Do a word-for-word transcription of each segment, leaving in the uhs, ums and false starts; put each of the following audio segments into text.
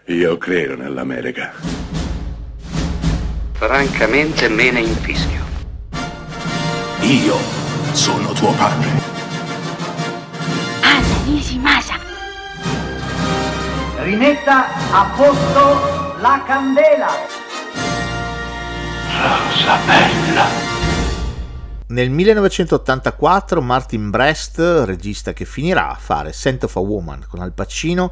Io credo nell'America. Francamente me ne infischio. Io sono tuo padre. Anna Nishimasa. Rimetta a posto la candela. Rosa bella. Nel millenovecentottantaquattro Martin Brest, regista che finirà a fare Scent of a Woman con Al Pacino,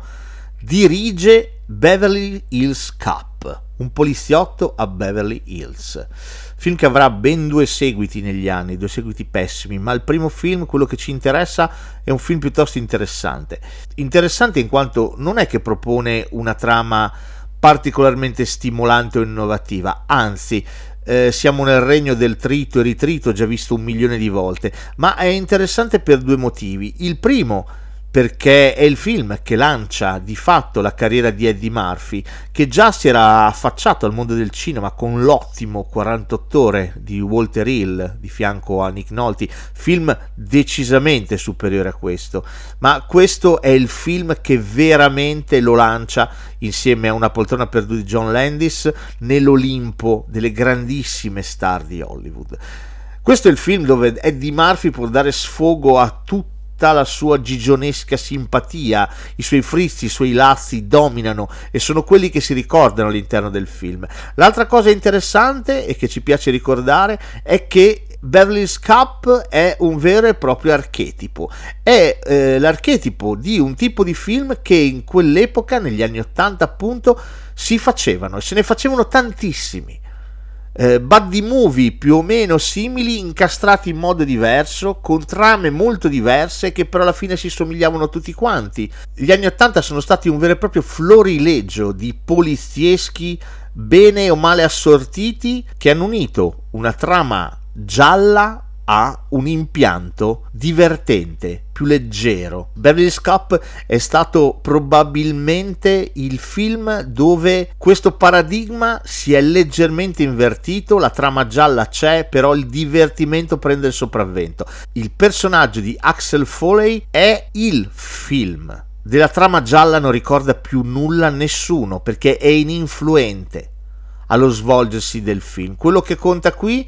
dirige Beverly Hills Cop, un poliziotto a Beverly Hills, film che avrà ben due seguiti negli anni, due seguiti pessimi, ma il primo film, quello che ci interessa, è un film piuttosto interessante. Interessante in quanto non è che propone una trama particolarmente stimolante o innovativa, anzi eh, siamo nel regno del trito e ritrito, già visto un milione di volte, ma è interessante per due motivi. Il primo, perché è il film che lancia di fatto la carriera di Eddie Murphy, che già si era affacciato al mondo del cinema con l'ottimo quarantotto ore di Walter Hill di fianco a Nick Nolte, film decisamente superiore a questo, ma questo è il film che veramente lo lancia insieme a Una poltrona per due di John Landis nell'Olimpo delle grandissime star di Hollywood. Questo è il film dove Eddie Murphy può dare sfogo a tutti la sua gigionesca simpatia, i suoi frizzi, i suoi lazzi dominano e sono quelli che si ricordano all'interno del film. L'altra cosa interessante e che ci piace ricordare è che Beverly Hills Cop è un vero e proprio archetipo, è eh, l'archetipo di un tipo di film che in quell'epoca, negli anni ottanta appunto, si facevano e se ne facevano tantissimi. Eh, buddy movie più o meno simili, incastrati in modo diverso, con trame molto diverse che però alla fine si somigliavano tutti quanti. Gli anni ottanta sono stati un vero e proprio florilegio di polizieschi bene o male assortiti che hanno unito una trama gialla a un impianto divertente, più leggero. Beverly Hills Cop è stato probabilmente il film dove questo paradigma si è leggermente invertito, la trama gialla c'è, però il divertimento prende il sopravvento. Il personaggio di Axel Foley è il film. Della trama gialla non ricorda più nulla nessuno, perché è ininfluente allo svolgersi del film. Quello che conta qui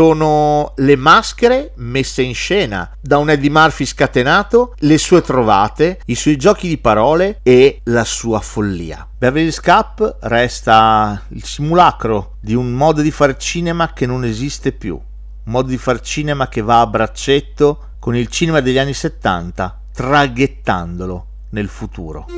sono le maschere messe in scena da un Eddie Murphy scatenato, le sue trovate, i suoi giochi di parole e la sua follia. Beverly Hills Cop resta il simulacro di un modo di far cinema che non esiste più, un modo di far cinema che va a braccetto con il cinema degli anni settanta, traghettandolo nel futuro.